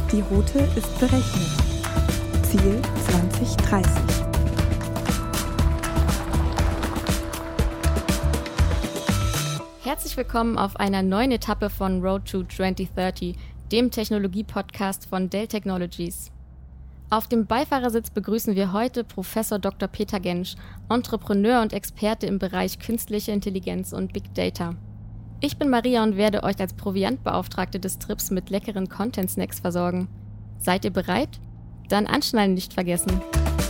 Die Route ist berechnet. Ziel 2030. Herzlich willkommen auf einer neuen Etappe von Road to 2030, dem Technologie-Podcast von Dell Technologies. Auf dem Beifahrersitz begrüßen wir heute Professor Dr. Peter Gensch, Entrepreneur und Experte im Bereich künstliche Intelligenz und Big Data. Ich bin Maria und werde euch als Proviantbeauftragte des Trips mit leckeren Content-Snacks versorgen. Seid ihr bereit? Dann anschnallen nicht vergessen.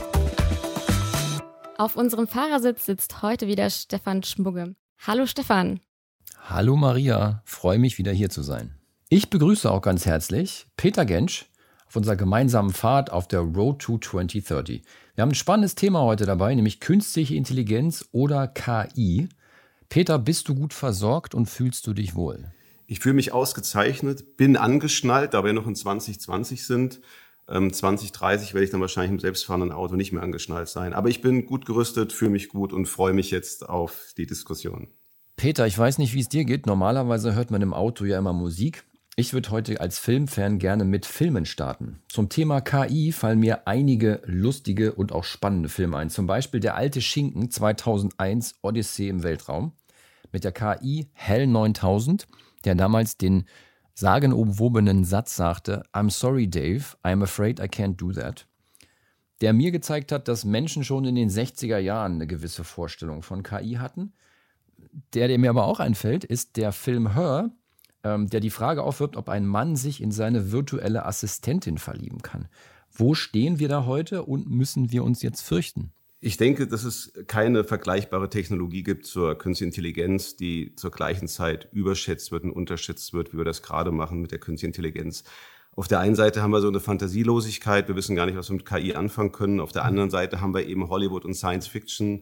Auf unserem Fahrersitz sitzt heute wieder Stefan Schmugge. Hallo Stefan. Hallo Maria, freue mich wieder hier zu sein. Ich begrüße auch ganz herzlich Peter Gensch auf unserer gemeinsamen Fahrt auf der Road to 2030. Wir haben ein spannendes Thema heute dabei, nämlich künstliche Intelligenz oder KI. Peter, bist du gut versorgt und fühlst du dich wohl? Ich fühle mich ausgezeichnet, bin angeschnallt, da wir noch in 2020 sind. 2030 werde ich dann wahrscheinlich im selbstfahrenden Auto nicht mehr angeschnallt sein. Aber ich bin gut gerüstet, fühle mich gut und freue mich jetzt auf die Diskussion. Peter, ich weiß nicht, wie es dir geht. Normalerweise hört man im Auto ja immer Musik. Ich würde heute als Filmfan gerne mit Filmen starten. Zum Thema KI fallen mir einige lustige und auch spannende Filme ein. Zum Beispiel Der alte Schinken 2001, Odyssee im Weltraum. Mit der KI HAL 9000, der damals den sagenumwobenen Satz sagte: "I'm sorry, Dave, I'm afraid I can't do that." Der mir gezeigt hat, dass Menschen schon in den 60er Jahren eine gewisse Vorstellung von KI hatten. Der mir aber auch einfällt, ist der Film Her, der die Frage aufwirft, ob ein Mann sich in seine virtuelle Assistentin verlieben kann. Wo stehen wir da heute und müssen wir uns jetzt fürchten? Ich denke, dass es keine vergleichbare Technologie gibt zur künstlichen Intelligenz, die zur gleichen Zeit überschätzt wird und unterschätzt wird, wie wir das gerade machen mit der künstlichen Intelligenz. Auf der einen Seite haben wir so eine Fantasielosigkeit, wir wissen gar nicht, was wir mit KI anfangen können. Auf der anderen Seite haben wir eben Hollywood und Science Fiction.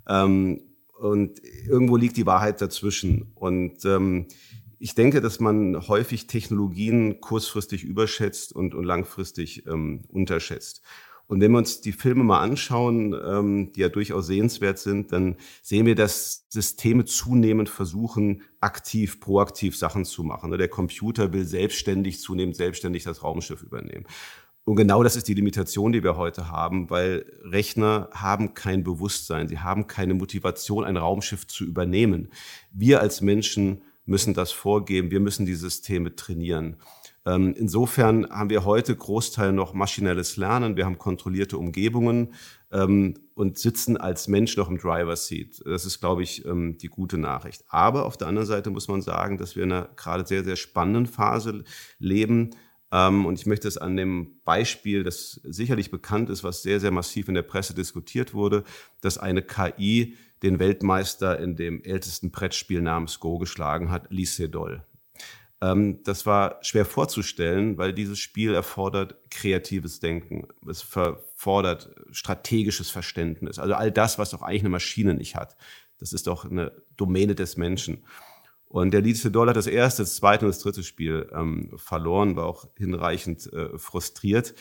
Und irgendwo liegt die Wahrheit dazwischen. Und ich denke, dass man häufig Technologien kurzfristig überschätzt und langfristig unterschätzt. Und wenn wir uns die Filme mal anschauen, die ja durchaus sehenswert sind, dann sehen wir, dass Systeme zunehmend versuchen, proaktiv Sachen zu machen. Der Computer will zunehmend selbstständig das Raumschiff übernehmen. Und genau das ist die Limitation, die wir heute haben, weil Rechner haben kein Bewusstsein, sie haben keine Motivation, ein Raumschiff zu übernehmen. Wir als Menschen müssen das vorgeben, wir müssen die Systeme trainieren. Insofern haben wir heute Großteil noch maschinelles Lernen, wir haben kontrollierte Umgebungen und sitzen als Mensch noch im Driver's Seat. Das ist, glaube ich, die gute Nachricht. Aber auf der anderen Seite muss man sagen, dass wir in einer gerade sehr, sehr spannenden Phase leben. Und ich möchte es an dem Beispiel, das sicherlich bekannt ist, was sehr, sehr massiv in der Presse diskutiert wurde, dass eine KI den Weltmeister in dem ältesten Brettspiel namens Go geschlagen hat, Lee Sedol. Das war schwer vorzustellen, weil dieses Spiel erfordert kreatives Denken. Es erfordert strategisches Verständnis. Also all das, was doch eigentlich eine Maschine nicht hat. Das ist doch eine Domäne des Menschen. Und der Lee Sedol hat das erste, das zweite und das dritte Spiel verloren, war auch hinreichend frustriert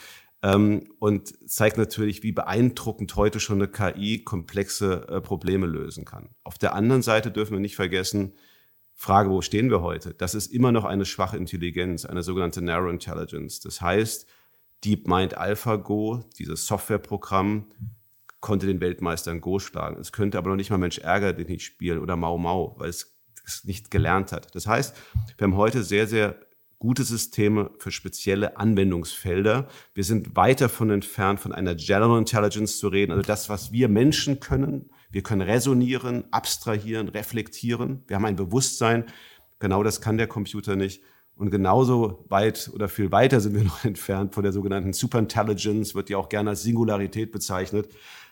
und zeigt natürlich, wie beeindruckend heute schon eine KI komplexe Probleme lösen kann. Auf der anderen Seite dürfen wir nicht vergessen, Frage, wo stehen wir heute? Das ist immer noch eine schwache Intelligenz, eine sogenannte Narrow Intelligence. Das heißt, DeepMind AlphaGo, dieses Softwareprogramm, konnte den Weltmeister in Go schlagen. Es könnte aber noch nicht mal Mensch ärgere dich nicht spielen oder Mau Mau, weil es nicht gelernt hat. Das heißt, wir haben heute sehr, sehr gute Systeme für spezielle Anwendungsfelder. Wir sind weit davon entfernt, von einer General Intelligence zu reden, also das, was wir Menschen können. Wir können resonieren, abstrahieren, reflektieren. Wir haben ein Bewusstsein. Genau das kann der Computer nicht. Und genauso weit oder viel weiter sind wir noch entfernt von der sogenannten Superintelligence, wird ja auch gerne als Singularität bezeichnet.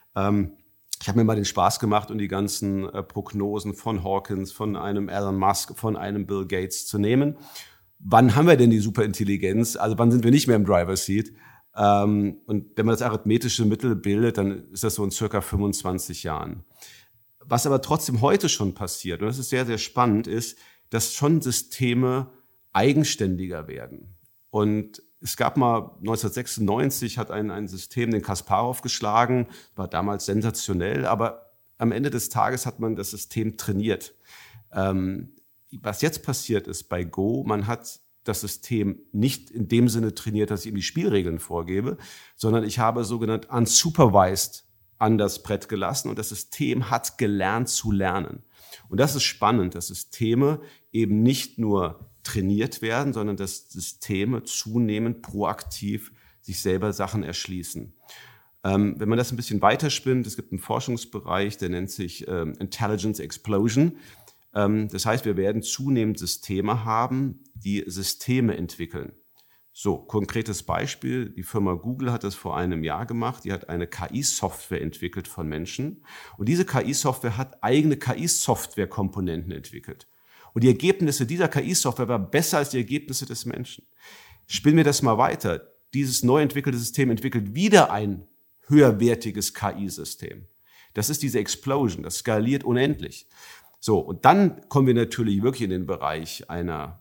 Ich habe mir mal den Spaß gemacht und die ganzen Prognosen von Hawkins, von einem Elon Musk, von einem Bill Gates zu nehmen. Wann haben wir denn die Superintelligenz? Also wann sind wir nicht mehr im Driver's Seat? Und wenn man das arithmetische Mittel bildet, dann ist das so in circa 25 Jahren. Was aber trotzdem heute schon passiert, und das ist sehr, sehr spannend, ist, dass schon Systeme eigenständiger werden. Und es gab mal 1996 hat ein System den Kasparov geschlagen, war damals sensationell, aber am Ende des Tages hat man das System trainiert. Was jetzt passiert ist bei Go, man hat das System nicht in dem Sinne trainiert, dass ich ihm die Spielregeln vorgebe, sondern ich habe sogenannt unsupervised an das Brett gelassen und das System hat gelernt zu lernen. Und das ist spannend, dass Systeme eben nicht nur trainiert werden, sondern dass Systeme zunehmend proaktiv sich selber Sachen erschließen. Wenn man das ein bisschen weiterspinnt, es gibt einen Forschungsbereich, der nennt sich Intelligence Explosion. Das heißt, wir werden zunehmend Systeme haben, die Systeme entwickeln. So, konkretes Beispiel, die Firma Google hat das vor einem Jahr gemacht, die hat eine KI-Software entwickelt von Menschen und diese KI-Software hat eigene KI-Software-Komponenten entwickelt. Und die Ergebnisse dieser KI-Software waren besser als die Ergebnisse des Menschen. Spielen wir das mal weiter. Dieses neu entwickelte System entwickelt wieder ein höherwertiges KI-System. Das ist diese Explosion, das skaliert unendlich. So, und dann kommen wir natürlich wirklich in den Bereich einer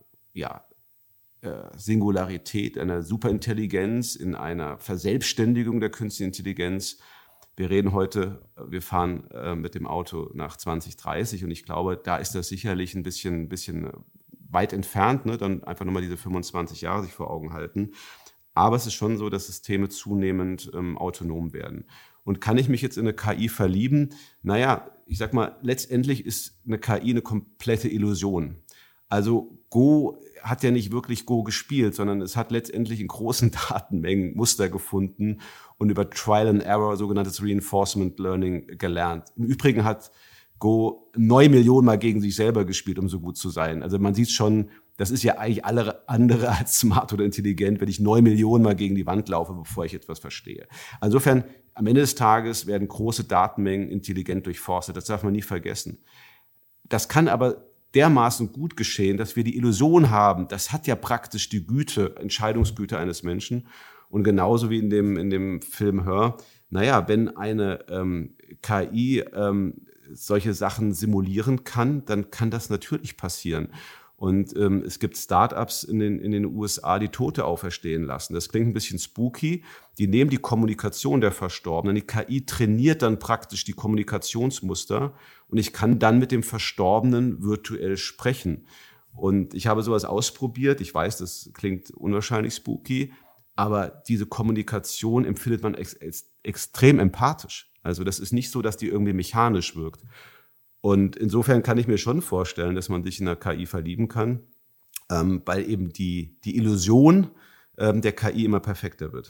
Singularität, einer Superintelligenz, in einer Verselbstständigung der künstlichen Intelligenz. Wir reden heute, wir fahren mit dem Auto nach 2030 und ich glaube, da ist das sicherlich ein bisschen weit entfernt, ne? Dann einfach nochmal diese 25 Jahre sich vor Augen halten. Aber es ist schon so, dass Systeme zunehmend autonom werden. Und kann ich mich jetzt in eine KI verlieben? Naja, ich sag mal, letztendlich ist eine KI eine komplette Illusion. Also Go hat ja nicht wirklich Go gespielt, sondern es hat letztendlich in großen Datenmengen Muster gefunden und über Trial and Error, sogenanntes Reinforcement Learning, gelernt. Im Übrigen hat Go 9 Millionen Mal gegen sich selber gespielt, um so gut zu sein. Also man sieht schon, das ist ja eigentlich alles andere als smart oder intelligent, wenn ich 9 Millionen Mal gegen die Wand laufe, bevor ich etwas verstehe. Insofern, am Ende des Tages werden große Datenmengen intelligent durchforstet. Das darf man nie vergessen. Das kann aber dermaßen gut geschehen, dass wir die Illusion haben, das hat ja praktisch die Güte, Entscheidungsgüte eines Menschen. Und genauso wie in dem Film Her, naja, wenn eine KI solche Sachen simulieren kann, dann kann das natürlich passieren. Und es gibt Startups in den USA, die Tote auferstehen lassen. Das klingt ein bisschen spooky. Die nehmen die Kommunikation der Verstorbenen. Die KI trainiert dann praktisch die Kommunikationsmuster und ich kann dann mit dem Verstorbenen virtuell sprechen. Und ich habe sowas ausprobiert. Ich weiß, das klingt unwahrscheinlich spooky, aber diese Kommunikation empfindet man extrem empathisch. Also das ist nicht so, dass die irgendwie mechanisch wirkt. Und insofern kann ich mir schon vorstellen, dass man sich in einer KI verlieben kann, weil eben die Illusion der KI immer perfekter wird.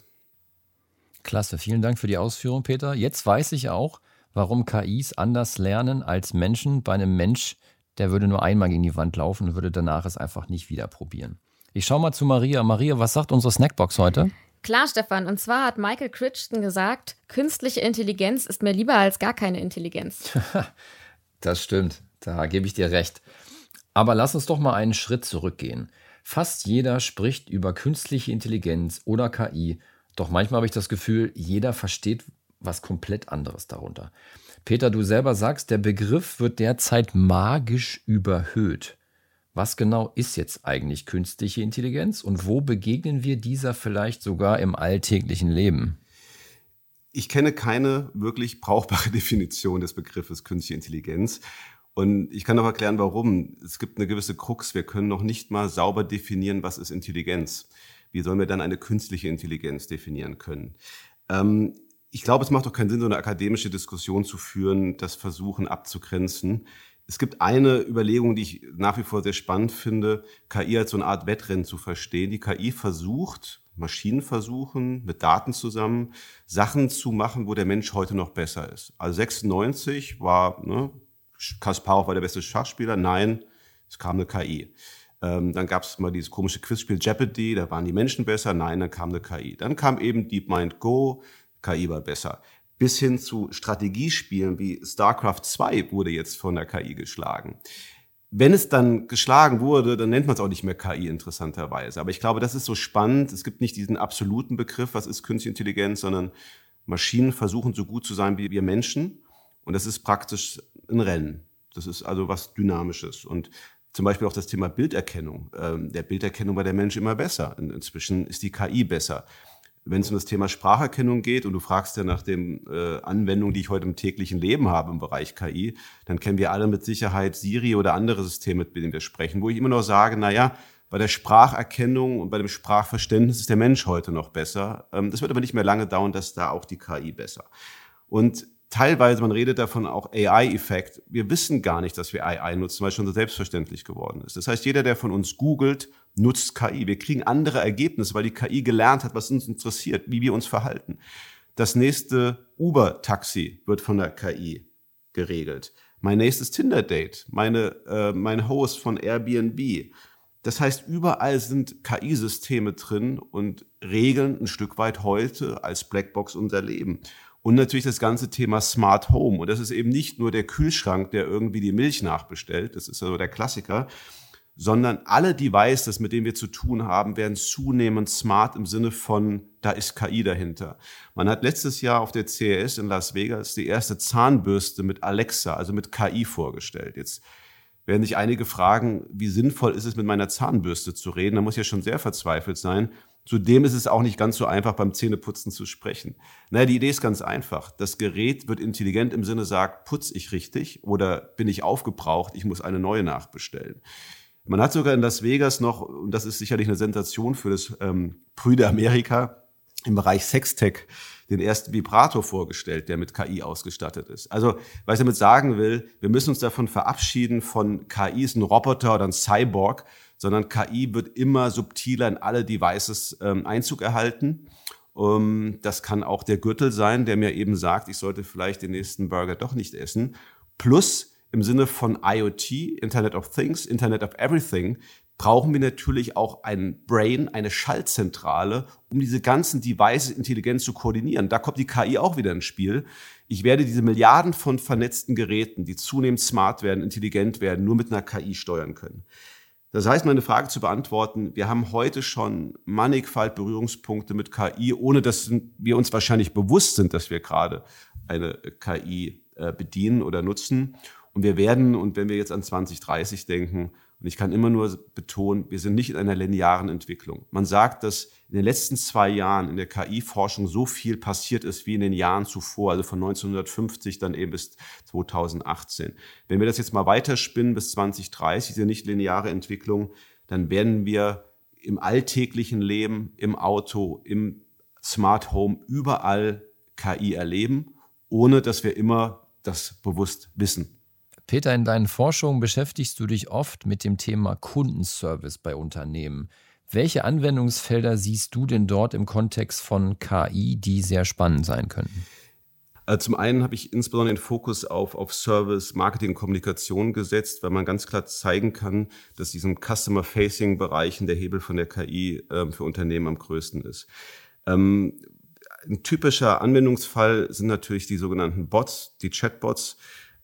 Klasse, vielen Dank für die Ausführung, Peter. Jetzt weiß ich auch, warum KIs anders lernen als Menschen. Bei einem Mensch, der würde nur einmal gegen die Wand laufen und würde danach es einfach nicht wieder probieren. Ich schaue mal zu Maria. Maria, was sagt unsere Snackbox heute? Klar, Stefan. Und zwar hat Michael Crichton gesagt, künstliche Intelligenz ist mir lieber als gar keine Intelligenz. Das stimmt, da gebe ich dir recht. Aber lass uns doch mal einen Schritt zurückgehen. Fast jeder spricht über künstliche Intelligenz oder KI, doch manchmal habe ich das Gefühl, jeder versteht was komplett anderes darunter. Peter, du selber sagst, der Begriff wird derzeit magisch überhöht. Was genau ist jetzt eigentlich künstliche Intelligenz und wo begegnen wir dieser vielleicht sogar im alltäglichen Leben? Ich kenne keine wirklich brauchbare Definition des Begriffes künstliche Intelligenz. Und ich kann auch erklären, warum. Es gibt eine gewisse Krux. Wir können noch nicht mal sauber definieren, was ist Intelligenz. Wie sollen wir dann eine künstliche Intelligenz definieren können? Ich glaube, es macht doch keinen Sinn, so eine akademische Diskussion zu führen, das Versuchen abzugrenzen. Es gibt eine Überlegung, die ich nach wie vor sehr spannend finde, KI als so eine Art Wettrennen zu verstehen. Die KI versucht, Maschinen versuchen, mit Daten zusammen, Sachen zu machen, wo der Mensch heute noch besser ist. Also 96 war, Kasparov war der beste Schachspieler. Nein, es kam eine KI. Dann gab es mal dieses komische Quizspiel Jeopardy, da waren die Menschen besser. Nein, dann kam eine KI. Dann kam eben DeepMind Go, KI war besser. Bis hin zu Strategiespielen wie StarCraft 2 wurde jetzt von der KI geschlagen. Wenn es dann geschlagen wurde, dann nennt man es auch nicht mehr KI, interessanterweise. Aber ich glaube, das ist so spannend. Es gibt nicht diesen absoluten Begriff, was ist künstliche Intelligenz, sondern Maschinen versuchen so gut zu sein wie wir Menschen. Und das ist praktisch ein Rennen. Das ist also was Dynamisches. Und zum Beispiel auch das Thema Bilderkennung. Der Bilderkennung war der Mensch immer besser. Inzwischen ist die KI besser. Wenn es um das Thema Spracherkennung geht und du fragst ja nach den Anwendungen, die ich heute im täglichen Leben habe im Bereich KI, dann kennen wir alle mit Sicherheit Siri oder andere Systeme, mit denen wir sprechen, wo ich immer noch sage, naja, Bei der Spracherkennung und bei dem Sprachverständnis ist der Mensch heute noch besser. Das wird aber nicht mehr lange dauern, dass da auch die KI besser. Und teilweise, man redet davon auch AI-Effekt. Wir wissen gar nicht, dass wir AI nutzen, weil es schon so selbstverständlich geworden ist. Das heißt, jeder, der von uns googelt, nutzt KI. Wir kriegen andere Ergebnisse, weil die KI gelernt hat, was uns interessiert, wie wir uns verhalten. Das nächste Uber-Taxi wird von der KI geregelt. Mein nächstes Tinder-Date, mein Host von Airbnb. Das heißt, überall sind KI-Systeme drin und regeln ein Stück weit heute als Blackbox unser Leben. Und natürlich das ganze Thema Smart Home. Und das ist eben nicht nur der Kühlschrank, der irgendwie die Milch nachbestellt, das ist also der Klassiker, sondern alle Devices, mit denen wir zu tun haben, werden zunehmend smart im Sinne von, da ist KI dahinter. Man hat letztes Jahr auf der CES in Las Vegas die erste Zahnbürste mit Alexa, also mit KI vorgestellt. Jetzt werden sich einige fragen, wie sinnvoll ist es, mit meiner Zahnbürste zu reden? Da muss ich ja schon sehr verzweifelt sein. Zudem ist es auch nicht ganz so einfach, beim Zähneputzen zu sprechen. Naja, die Idee ist ganz einfach. Das Gerät wird intelligent im Sinne, sagt, putze ich richtig oder bin ich aufgebraucht, ich muss eine neue nachbestellen. Man hat sogar in Las Vegas noch, und das ist sicherlich eine Sensation für das prüde Amerika, im Bereich Sextech den ersten Vibrator vorgestellt, der mit KI ausgestattet ist. Also, was ich damit sagen will, wir müssen uns davon verabschieden, von KI ist ein Roboter oder ein Cyborg, sondern KI wird immer subtiler in alle Devices Einzug erhalten. Das kann auch der Gürtel sein, der mir eben sagt, ich sollte vielleicht den nächsten Burger doch nicht essen. Plus im Sinne von IoT, Internet of Things, Internet of Everything, brauchen wir natürlich auch ein Brain, eine Schaltzentrale, um diese ganzen Devices intelligent zu koordinieren. Da kommt die KI auch wieder ins Spiel. Ich werde diese Milliarden von vernetzten Geräten, die zunehmend smart werden, intelligent werden, nur mit einer KI steuern können. Das heißt, meine Frage zu beantworten, wir haben heute schon mannigfalt Berührungspunkte mit KI, ohne dass wir uns wahrscheinlich bewusst sind, dass wir gerade eine KI bedienen oder nutzen. Und wir werden, und wenn wir jetzt an 2030 denken, und ich kann immer nur betonen, wir sind nicht in einer linearen Entwicklung. Man sagt, dass in den letzten 2 Jahren in der KI-Forschung so viel passiert ist wie in den Jahren zuvor, also von 1950 dann eben bis 2018. Wenn wir das jetzt mal weiterspinnen bis 2030, diese nicht lineare Entwicklung, dann werden wir im alltäglichen Leben, im Auto, im Smart Home überall KI erleben, ohne dass wir immer das bewusst wissen. Peter, in deinen Forschungen beschäftigst du dich oft mit dem Thema Kundenservice bei Unternehmen. Welche Anwendungsfelder siehst du denn dort im Kontext von KI, die sehr spannend sein könnten? Zum einen habe ich insbesondere den Fokus auf Service, Marketing, Kommunikation gesetzt, weil man ganz klar zeigen kann, dass diesem Customer-Facing-Bereichen der Hebel von der KI für Unternehmen am größten ist. Ein typischer Anwendungsfall sind natürlich die sogenannten Bots, die Chatbots,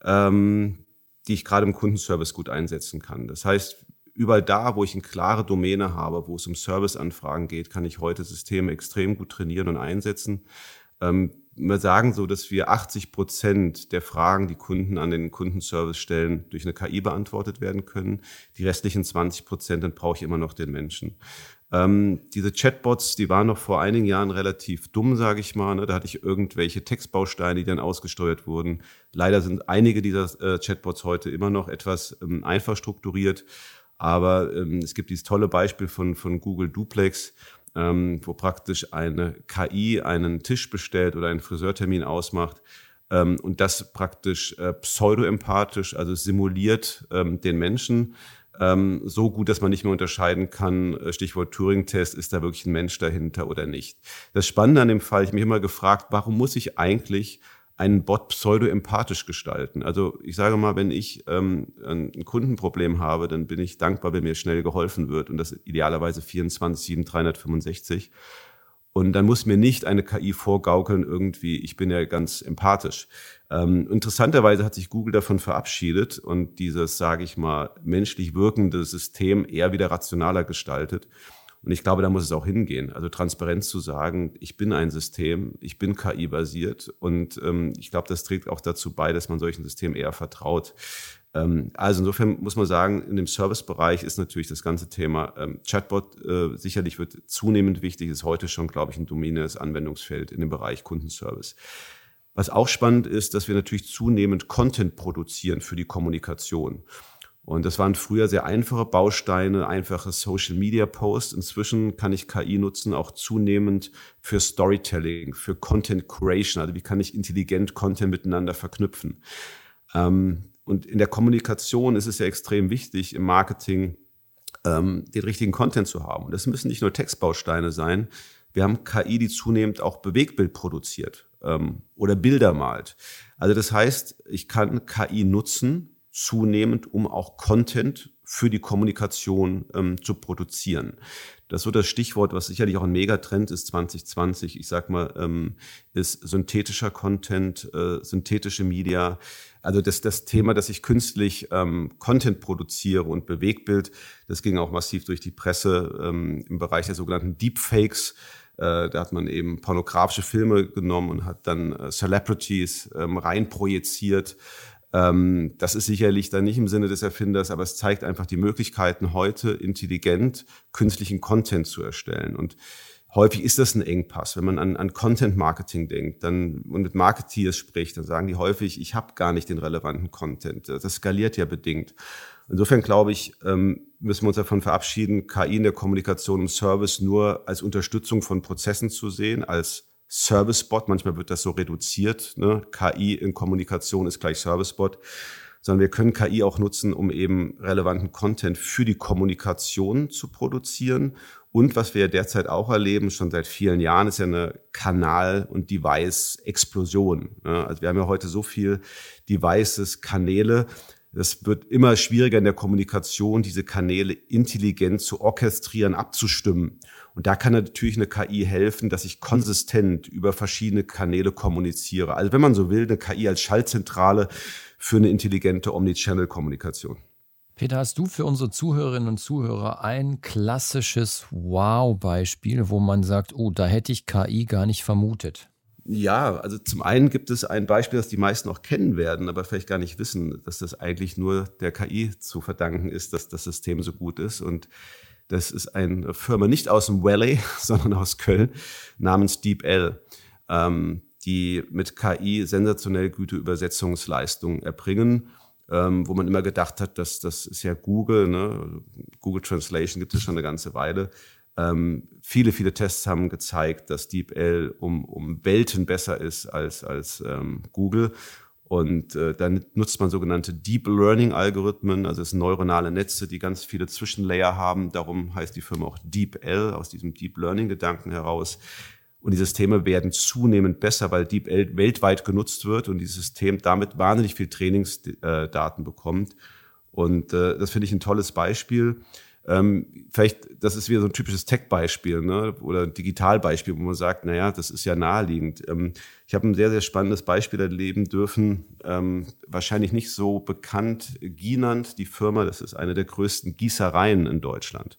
die ich gerade im Kundenservice gut einsetzen kann. Das heißt, überall da, wo ich eine klare Domäne habe, wo es um Serviceanfragen geht, kann ich heute Systeme extrem gut trainieren und einsetzen. Wir sagen so, dass wir 80% der Fragen, die Kunden an den Kundenservice stellen, durch eine KI beantwortet werden können. Die restlichen 20%, dann brauche ich immer noch den Menschen. Diese Chatbots, die waren noch vor einigen Jahren relativ dumm, sage ich mal. Da hatte ich irgendwelche Textbausteine, die dann ausgesteuert wurden. Leider sind einige dieser Chatbots heute immer noch etwas einfach strukturiert. Aber es gibt dieses tolle Beispiel von Google Duplex, wo praktisch eine KI einen Tisch bestellt oder einen Friseurtermin ausmacht und das praktisch pseudoempathisch, also simuliert den Menschen, so gut, dass man nicht mehr unterscheiden kann, Stichwort Turing-Test, ist da wirklich ein Mensch dahinter oder nicht. Das Spannende an dem Fall, ich habe mich immer gefragt, warum muss ich eigentlich einen Bot pseudo-empathisch gestalten? Also ich sage mal, wenn ich ein Kundenproblem habe, dann bin ich dankbar, wenn mir schnell geholfen wird und das idealerweise 24/7, 365. Und dann muss mir nicht eine KI vorgaukeln irgendwie, ich bin ja ganz empathisch. Interessanterweise hat sich Google davon verabschiedet und dieses, sage ich mal, menschlich wirkende System eher wieder rationaler gestaltet. Und ich glaube, da muss es auch hingehen. Also Transparenz zu sagen, ich bin ein System, ich bin KI-basiert und ich glaube, das trägt auch dazu bei, dass man solchen Systemen eher vertraut. Also insofern muss man sagen, in dem Servicebereich ist natürlich das ganze Thema Chatbot sicherlich wird zunehmend wichtig, ist heute schon, glaube ich, ein dominantes Anwendungsfeld in dem Bereich Kundenservice. Was auch spannend ist, dass wir natürlich zunehmend Content produzieren für die Kommunikation. Und das waren früher sehr einfache Bausteine, einfache Social-Media-Posts. Inzwischen kann ich KI nutzen, auch zunehmend für Storytelling, für Content Creation. Also wie kann ich intelligent Content miteinander verknüpfen? Und in der Kommunikation ist es ja extrem wichtig, im Marketing den richtigen Content zu haben. Und das müssen nicht nur Textbausteine sein. Wir haben KI, die zunehmend auch Bewegtbild produziert oder Bilder malt. Also das heißt, ich kann KI nutzen, zunehmend, um auch Content für die Kommunikation zu produzieren. Das ist so das Stichwort, was sicherlich auch ein Megatrend ist 2020. Ich sag mal, ist synthetischer Content, synthetische Media. Also das Thema, dass ich künstlich Content produziere und Bewegtbild, das ging auch massiv durch die Presse im Bereich der sogenannten Deepfakes. Da hat man eben pornografische Filme genommen und hat dann Celebrities reinprojiziert. Das ist sicherlich dann nicht im Sinne des Erfinders, aber es zeigt einfach die Möglichkeiten, heute intelligent künstlichen Content zu erstellen. Und häufig ist das ein Engpass. Wenn man an Content-Marketing denkt und mit Marketeers spricht, dann sagen die häufig, ich habe gar nicht den relevanten Content. Das skaliert ja bedingt. Insofern glaube ich, müssen wir uns davon verabschieden, KI in der Kommunikation im Service nur als Unterstützung von Prozessen zu sehen, als Service-Bot. Manchmal wird das so reduziert, ne? KI in Kommunikation ist gleich Service-Bot. Sondern wir können KI auch nutzen, um eben relevanten Content für die Kommunikation zu produzieren. Und was wir derzeit auch erleben, schon seit vielen Jahren, ist ja eine Kanal- und Device-Explosion. Also wir haben ja heute so viel Devices, Kanäle. Es wird immer schwieriger in der Kommunikation, diese Kanäle intelligent zu orchestrieren, abzustimmen. Und da kann natürlich eine KI helfen, dass ich konsistent über verschiedene Kanäle kommuniziere. Also wenn man so will, eine KI als Schaltzentrale für eine intelligente Omnichannel-Kommunikation. Peter, hast du für unsere Zuhörerinnen und Zuhörer ein klassisches Wow-Beispiel, wo man sagt, oh, da hätte ich KI gar nicht vermutet? Ja, also zum einen gibt es ein Beispiel, das die meisten auch kennen werden, aber vielleicht gar nicht wissen, dass das eigentlich nur der KI zu verdanken ist, dass das System so gut ist. Und das ist eine Firma nicht aus dem Valley, sondern aus Köln, namens DeepL, die mit KI sensationell gute Übersetzungsleistungen erbringen, wo man immer gedacht hat, das ist ja Google, ne? Google Translation gibt es schon eine ganze Weile. Viele Tests haben gezeigt, dass DeepL um Welten besser ist als Google. Und dann nutzt man sogenannte Deep Learning Algorithmen, also es sind neuronale Netze, die ganz viele Zwischenlayer haben. Darum heißt die Firma auch DeepL, aus diesem Deep Learning Gedanken heraus. Und die Systeme werden zunehmend besser, weil DeepL weltweit genutzt wird und dieses System damit wahnsinnig viel Trainingsdaten bekommt. Und das finde ich ein tolles Beispiel. Vielleicht, das ist wieder so ein typisches Tech-Beispiel, ne? Oder ein Digital-Beispiel, wo man sagt, naja, das ist ja naheliegend. Ich habe ein sehr, sehr spannendes Beispiel erleben dürfen, wahrscheinlich nicht so bekannt, Ginant, die Firma, das ist eine der größten Gießereien in Deutschland.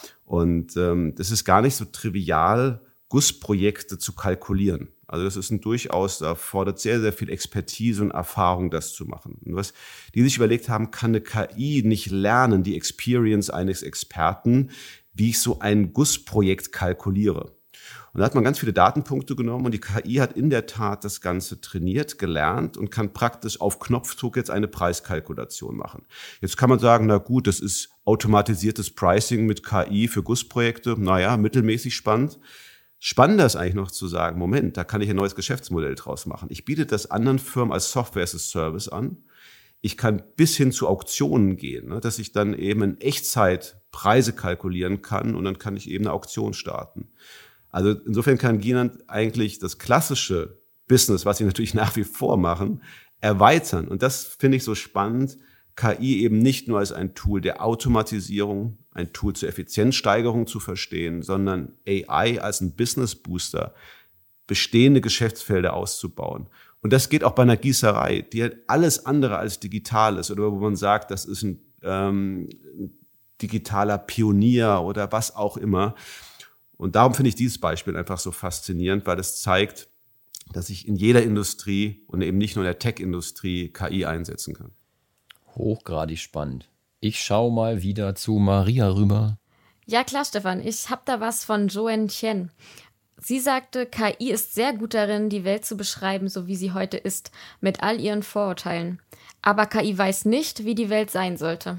Und das ist gar nicht so trivial, Gussprojekte zu kalkulieren. Also das ist da fordert sehr, sehr viel Expertise und Erfahrung, das zu machen. Und was die sich überlegt haben, kann eine KI nicht lernen, die Experience eines Experten, wie ich so ein Gussprojekt kalkuliere. Und da hat man ganz viele Datenpunkte genommen und die KI hat in der Tat das Ganze trainiert, gelernt und kann praktisch auf Knopfdruck jetzt eine Preiskalkulation machen. Jetzt kann man sagen, na gut, das ist automatisiertes Pricing mit KI für Gussprojekte. Naja, mittelmäßig spannend. Spannender ist eigentlich noch zu sagen, Moment, da kann ich ein neues Geschäftsmodell draus machen. Ich biete das anderen Firmen als Software as a Service an. Ich kann bis hin zu Auktionen gehen, ne, dass ich dann eben in Echtzeit Preise kalkulieren kann und dann kann ich eben eine Auktion starten. Also insofern kann Ginant eigentlich das klassische Business, was sie natürlich nach wie vor machen, erweitern. Und das finde ich so spannend, KI eben nicht nur als ein Tool der Automatisierung, ein Tool zur Effizienzsteigerung zu verstehen, sondern AI als ein Business Booster, bestehende Geschäftsfelder auszubauen. Und das geht auch bei einer Gießerei, die halt alles andere als digital ist oder wo man sagt, das ist ein digitaler Pionier oder was auch immer. Und darum finde ich dieses Beispiel einfach so faszinierend, weil es zeigt, dass ich in jeder Industrie und eben nicht nur in der Tech-Industrie KI einsetzen kann. Hochgradig spannend. Ich schaue mal wieder zu Maria rüber. Ja klar, Stefan, ich habe da was von Joanne Tien. Sie sagte, KI ist sehr gut darin, die Welt zu beschreiben, so wie sie heute ist, mit all ihren Vorurteilen. Aber KI weiß nicht, wie die Welt sein sollte.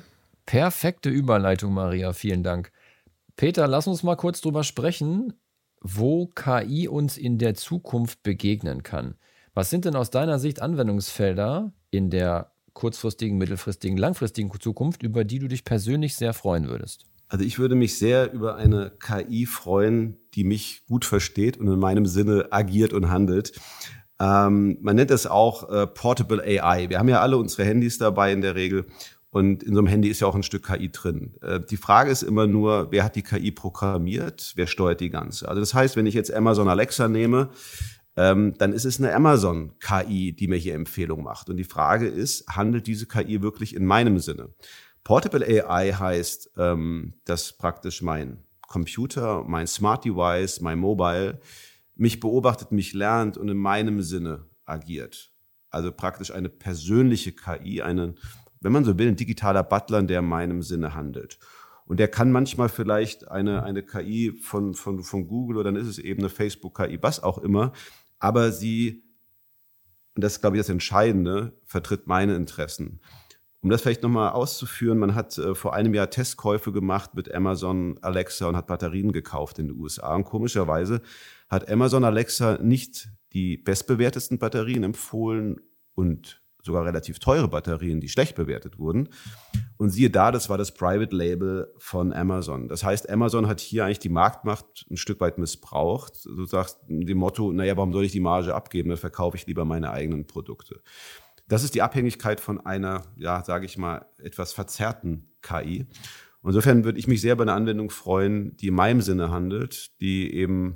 Perfekte Überleitung, Maria. Vielen Dank. Peter, lass uns mal kurz drüber sprechen, wo KI uns in der Zukunft begegnen kann. Was sind denn aus deiner Sicht Anwendungsfelder in der kurzfristigen, mittelfristigen, langfristigen Zukunft, über die du dich persönlich sehr freuen würdest? Also ich würde mich sehr über eine KI freuen, die mich gut versteht und in meinem Sinne agiert und handelt. Man nennt das auch Portable AI. Wir haben ja alle unsere Handys dabei in der Regel. Und in so einem Handy ist ja auch ein Stück KI drin. Die Frage ist immer nur, wer hat die KI programmiert, wer steuert die ganze? Also das heißt, wenn ich jetzt Amazon Alexa nehme, dann ist es eine Amazon-KI, die mir hier Empfehlungen macht. Und die Frage ist, handelt diese KI wirklich in meinem Sinne? Portable AI heißt, dass praktisch mein Computer, mein Smart Device, mein Mobile mich beobachtet, mich lernt und in meinem Sinne agiert. Also praktisch eine persönliche KI, wenn man so will, ein digitaler Butler, der in meinem Sinne handelt. Und der kann manchmal vielleicht eine KI von Google oder dann ist es eben eine Facebook-KI, was auch immer. Aber sie, und das ist, glaube ich, das Entscheidende, vertritt meine Interessen. Um das vielleicht nochmal auszuführen, man hat vor einem Jahr Testkäufe gemacht mit Amazon Alexa und hat Batterien gekauft in den USA. Und komischerweise hat Amazon Alexa nicht die bestbewertesten Batterien empfohlen und sogar relativ teure Batterien, die schlecht bewertet wurden. Und siehe da, das war das Private Label von Amazon. Das heißt, Amazon hat hier eigentlich die Marktmacht ein Stück weit missbraucht. Du sagst dem Motto, naja, warum soll ich die Marge abgeben? Dann verkaufe ich lieber meine eigenen Produkte. Das ist die Abhängigkeit von einer, ja, sage ich mal, etwas verzerrten KI. Insofern würde ich mich sehr über eine Anwendung freuen, die in meinem Sinne handelt, die eben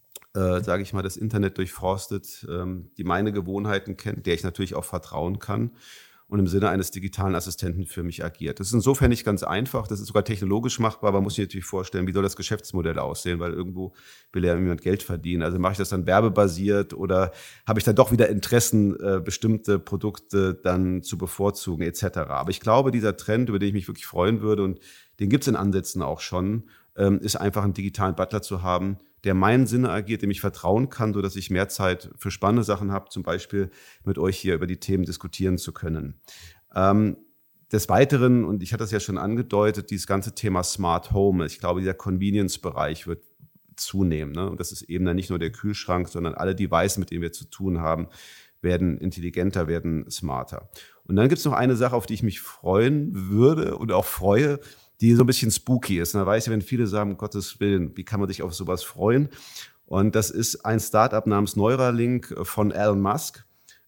sage ich mal, das Internet durchforstet, die meine Gewohnheiten kennt, der ich natürlich auch vertrauen kann und im Sinne eines digitalen Assistenten für mich agiert. Das ist insofern nicht ganz einfach, das ist sogar technologisch machbar, aber man muss sich natürlich vorstellen, wie soll das Geschäftsmodell aussehen, weil irgendwo will ja jemand Geld verdienen. Also mache ich das dann werbebasiert oder habe ich dann doch wieder Interessen, bestimmte Produkte dann zu bevorzugen etc. Aber ich glaube, dieser Trend, über den ich mich wirklich freuen würde und den gibt es in Ansätzen auch schon, ist einfach einen digitalen Butler zu haben, der meinen Sinne agiert, dem ich vertrauen kann, sodass ich mehr Zeit für spannende Sachen habe, zum Beispiel mit euch hier über die Themen diskutieren zu können. Des Weiteren, und ich hatte das ja schon angedeutet, dieses ganze Thema Smart Home, ich glaube, dieser Convenience-Bereich wird zunehmen. Ne? Und das ist eben dann nicht nur der Kühlschrank, sondern alle Devices, mit denen wir zu tun haben, werden intelligenter, werden smarter. Und dann gibt es noch eine Sache, auf die ich mich freuen würde und auch freue, die so ein bisschen spooky ist. Da weiß ich, wenn viele sagen, um Gottes Willen, wie kann man sich auf sowas freuen? Und das ist ein Startup namens Neuralink von Elon Musk,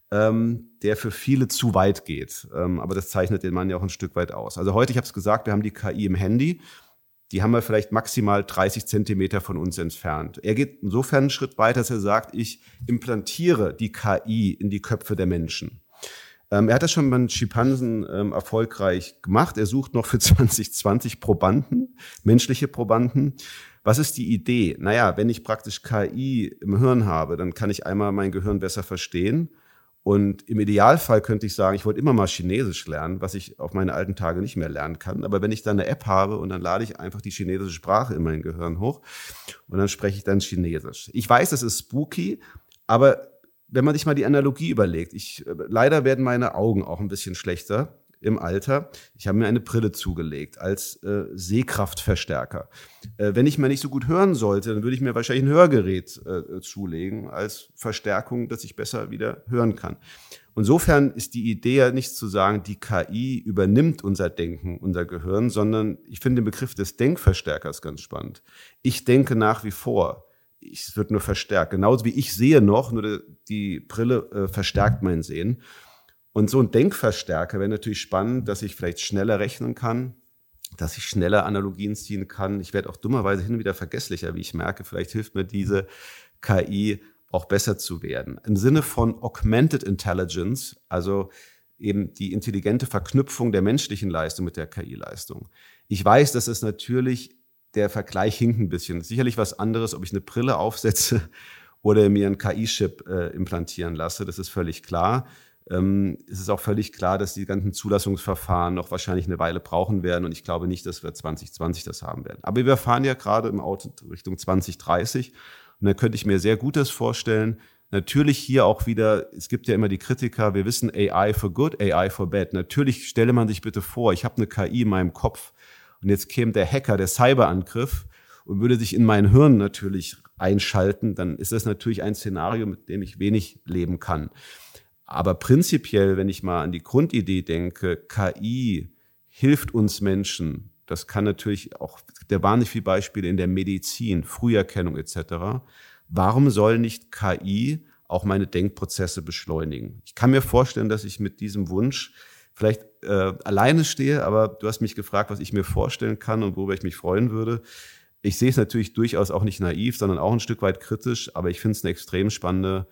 der für viele zu weit geht. Aber das zeichnet den Mann ja auch ein Stück weit aus. Also heute, ich habe es gesagt, wir haben die KI im Handy. Die haben wir vielleicht maximal 30 Zentimeter von uns entfernt. Er geht insofern einen Schritt weiter, dass er sagt, ich implantiere die KI in die Köpfe der Menschen. Er hat das schon beim Schimpansen erfolgreich gemacht. Er sucht noch für 2020 Probanden, menschliche Probanden. Was ist die Idee? Naja, wenn ich praktisch KI im Hirn habe, dann kann ich einmal mein Gehirn besser verstehen. Und im Idealfall könnte ich sagen, ich wollte immer mal Chinesisch lernen, was ich auf meine alten Tage nicht mehr lernen kann. Aber wenn ich dann eine App habe und dann lade ich einfach die chinesische Sprache in mein Gehirn hoch und dann spreche ich dann Chinesisch. Ich weiß, das ist spooky, aber wenn man sich mal die Analogie überlegt, leider werden meine Augen auch ein bisschen schlechter im Alter. Ich habe mir eine Brille zugelegt als Sehkraftverstärker. Wenn ich mal nicht so gut hören sollte, dann würde ich mir wahrscheinlich ein Hörgerät zulegen als Verstärkung, dass ich besser wieder hören kann. Insofern ist die Idee ja nicht zu sagen, die KI übernimmt unser Denken, unser Gehirn, sondern ich finde den Begriff des Denkverstärkers ganz spannend. Ich denke nach wie vor. Es wird nur verstärkt. Genauso wie ich sehe noch, nur die Brille verstärkt mein Sehen. Und so ein Denkverstärker wäre natürlich spannend, dass ich vielleicht schneller rechnen kann, dass ich schneller Analogien ziehen kann. Ich werde auch dummerweise hin und wieder vergesslicher, wie ich merke. Vielleicht hilft mir diese KI auch besser zu werden. Im Sinne von Augmented Intelligence, also eben die intelligente Verknüpfung der menschlichen Leistung mit der KI-Leistung. Ich weiß, dass es natürlich der Vergleich hinkt ein bisschen. Sicherlich was anderes, ob ich eine Brille aufsetze oder mir einen KI-Chip implantieren lasse. Das ist völlig klar. Es ist auch völlig klar, dass die ganzen Zulassungsverfahren noch wahrscheinlich eine Weile brauchen werden. Und ich glaube nicht, dass wir 2020 das haben werden. Aber wir fahren ja gerade im Auto Richtung 2030. Und da könnte ich mir sehr Gutes vorstellen, Natürlich hier auch wieder, es gibt ja immer die Kritiker, wir wissen AI for good, AI for bad. Natürlich stelle man sich bitte vor, ich habe eine KI in meinem Kopf und jetzt käme der Hacker, der Cyberangriff und würde sich in mein Hirn natürlich einschalten, dann ist das natürlich ein Szenario, mit dem ich wenig leben kann. Aber prinzipiell, wenn ich mal an die Grundidee denke, KI hilft uns Menschen, das kann natürlich auch, es gibt ja wahnsinnig viele Beispiele in der Medizin, Früherkennung etc. Warum soll nicht KI auch meine Denkprozesse beschleunigen? Ich kann mir vorstellen, dass ich mit diesem Wunsch vielleicht alleine stehe, aber du hast mich gefragt, was ich mir vorstellen kann und worüber ich mich freuen würde. Ich sehe es natürlich durchaus auch nicht naiv, sondern auch ein Stück weit kritisch, aber ich finde es eine extrem spannende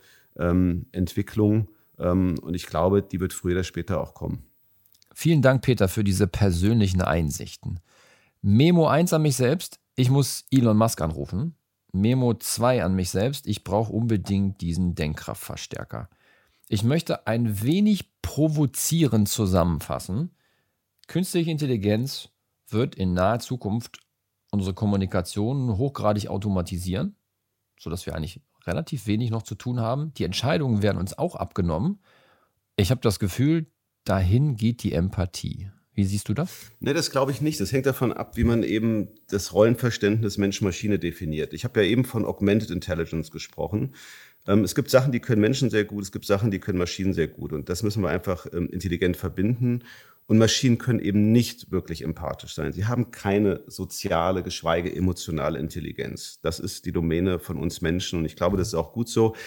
Entwicklung und ich glaube, die wird früher oder später auch kommen. Vielen Dank, Peter, für diese persönlichen Einsichten. Memo 1 an mich selbst, ich muss Elon Musk anrufen. Memo 2 an mich selbst, ich brauche unbedingt diesen Denkkraftverstärker. Ich möchte ein wenig provozierend zusammenfassen. Künstliche Intelligenz wird in naher Zukunft unsere Kommunikation hochgradig automatisieren, sodass wir eigentlich relativ wenig noch zu tun haben. Die Entscheidungen werden uns auch abgenommen. Ich habe das Gefühl, dahin geht die Empathie. Wie siehst du das? Ne, das glaube ich nicht. Das hängt davon ab, wie man eben das Rollenverständnis Mensch-Maschine definiert. Ich habe ja eben von Augmented Intelligence gesprochen. Es gibt Sachen, die können Menschen sehr gut, es gibt Sachen, die können Maschinen sehr gut. Und das müssen wir einfach intelligent verbinden. Und Maschinen können eben nicht wirklich empathisch sein. Sie haben keine soziale, geschweige emotionale Intelligenz. Das ist die Domäne von uns Menschen und ich glaube, das ist auch gut so.